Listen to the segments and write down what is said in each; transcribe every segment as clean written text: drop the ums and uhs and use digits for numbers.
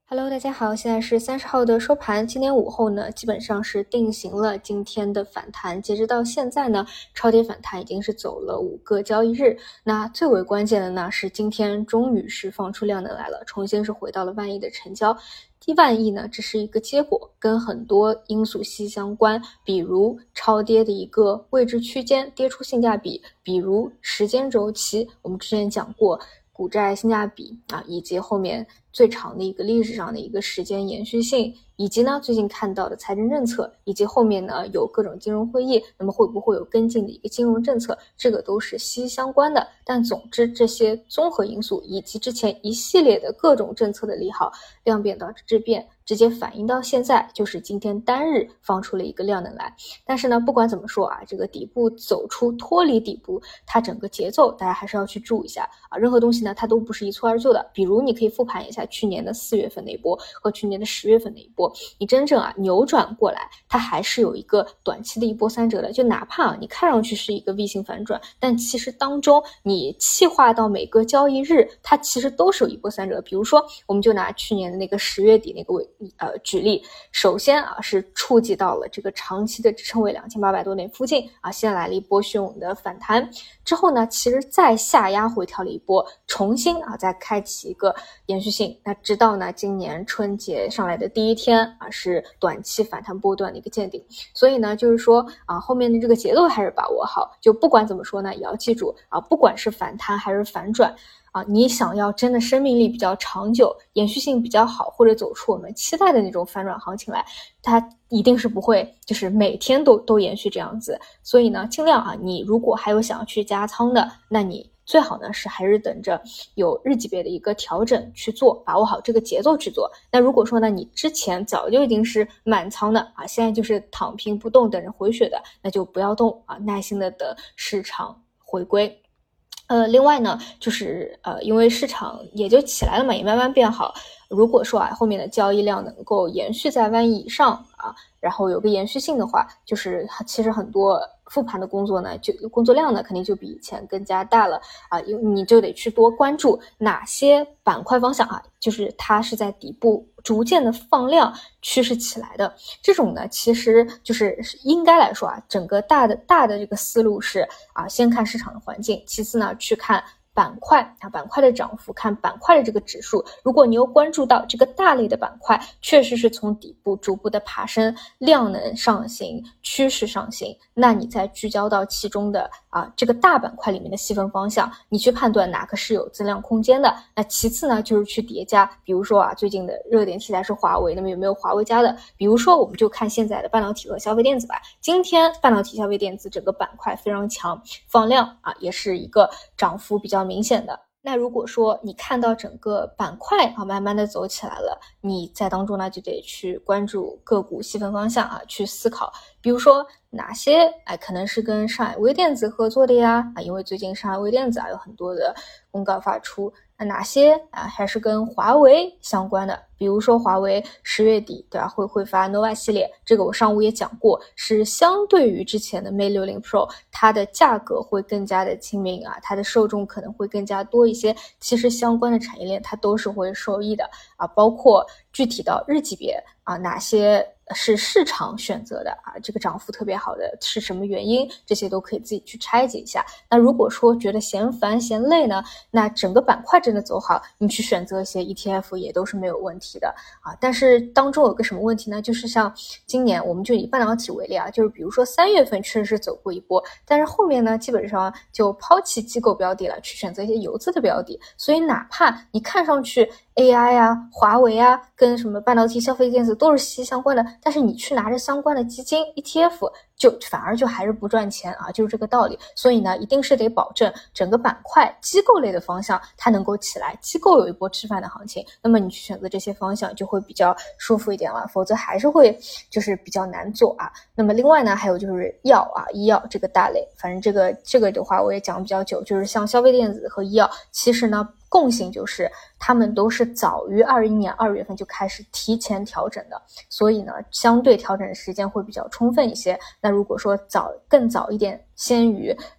Hello，大家好，现在是30号的收盘，今天午后呢，基本上是定型了今天的反弹。截止到现在呢，超跌反弹已经是走了5个交易日。那最为关键的呢，是今天终于是放出量能来了，重新是回到了万亿的成交。万亿呢，只是一个结果，跟很多因素息息相关，比如超跌的一个位置区间，跌出性价比，比如时间周期，我们之前讲过股债性价比啊，以及后面最长的一个历史上的一个时间延续性，以及呢最近看到的财政政策，以及后面呢有各种金融会议，那么会不会有跟进的一个金融政策，这个都是息息相关的。但总之这些综合因素以及之前一系列的各种政策的利好，量变导致质变，直接反映到现在，就是今天单日放出了一个量能来。但是呢，不管怎么说啊，这个底部走出脱离底部，它整个节奏大家还是要去注意一下啊。任何东西呢，它都不是一蹴而就的。比如你可以复盘一下去年的4月份那一波和去年的10月份那一波，你真正扭转过来，它还是有一个短期的一波三折的。就哪怕你看上去是一个 V 型反转，但其实当中你细化到每个交易日，它其实都是有一波三折。比如说，我们就拿去年的那个10月底那个举例，首先是触及到了这个长期的支撑位2800多点附近啊，先来了一波迅猛的反弹，之后呢，其实再下压回调了一波，重新再开启一个延续性。那直到呢今年春节上来的第一天是短期反弹波段的一个见顶。所以呢，就是说后面的这个节奏还是把握好。就不管怎么说呢，也要记住不管是反弹还是反转你想要真的生命力比较长久，延续性比较好，或者走出我们期待的那种反转行情来，它一定是不会就是每天都延续这样子。所以呢，尽量你如果还有想要去加仓的，那你最好呢是还是等着有日级别的一个调整去做，把握好这个节奏去做。那如果说呢，你之前早就已经是满仓的现在就是躺平不动等着回血的，那就不要动耐心的等市场回归。另外呢，就是因为市场也就起来了嘛，也慢慢变好。如果说后面的交易量能够延续在万亿以上然后有个延续性的话，就是其实很多复盘的工作呢，就工作量呢肯定就比以前更加大了因为你就得去多关注哪些板块方向就是它是在底部逐渐的放量趋势起来的。这种呢，其实就是应该来说整个大的这个思路是先看市场的环境，其次呢去看板块板块的涨幅，看板块的这个指数。如果你又关注到这个大类的板块确实是从底部逐步的爬升，量能上行，趋势上行，那你再聚焦到其中的这个大板块里面的细分方向，你去判断哪个是有增量空间的。那其次呢，就是去叠加，比如说最近的热点题材是华为，那么有没有华为家的？比如说我们就看现在的半导体和消费电子吧。今天半导体消费电子整个板块非常强，放量也是一个涨幅比较明显的。那如果说你看到整个板块慢慢的走起来了，你在当中呢就得去关注个股细分方向去思考，比如说哪些可能是跟上海微电子合作的呀因为最近上海微电子有很多的公告发出。那哪些还是跟华为相关的？比如说华为10月底对吧会发 Nova 系列，这个我上午也讲过，是相对于之前的 Mate 60 Pro， 它的价格会更加的亲民它的受众可能会更加多一些。其实相关的产业链它都是会受益的包括具体到日级别哪些是市场选择的这个涨幅特别好的是什么原因，这些都可以自己去拆解一下。那如果说觉得嫌烦嫌累呢，那整个板块真的走好，你去选择一些 ETF 也都是没有问题的但是当中有个什么问题呢，就是像今年我们就以半导体为例就是比如说3月份确实是走过一波，但是后面呢基本上就抛弃机构标的了，去选择一些游资的标的。所以哪怕你看上去 AI 华为跟什么半导体消费电子都是息息相关的，但是你去拿着相关的基金 ETF就反而就还是不赚钱就是这个道理。所以呢，一定是得保证整个板块机构类的方向它能够起来，机构有一波吃饭的行情，那么你去选择这些方向就会比较舒服一点了，否则还是会就是比较难做那么另外呢，还有就是医药这个大类，反正这个的话我也讲比较久，就是像消费电子和医药，其实呢共性就是他们都是早于21年2月份就开始提前调整的，所以呢相对调整的时间会比较充分一些。那如果说更早一点，先于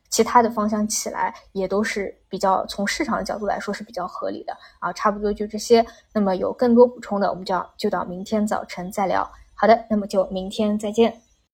其他的方向起来也都是比较从市场的角度来说是比较合理的啊，差不多就这些。那么有更多补充的，我们就到明天早晨再聊。好的，那么就明天再见。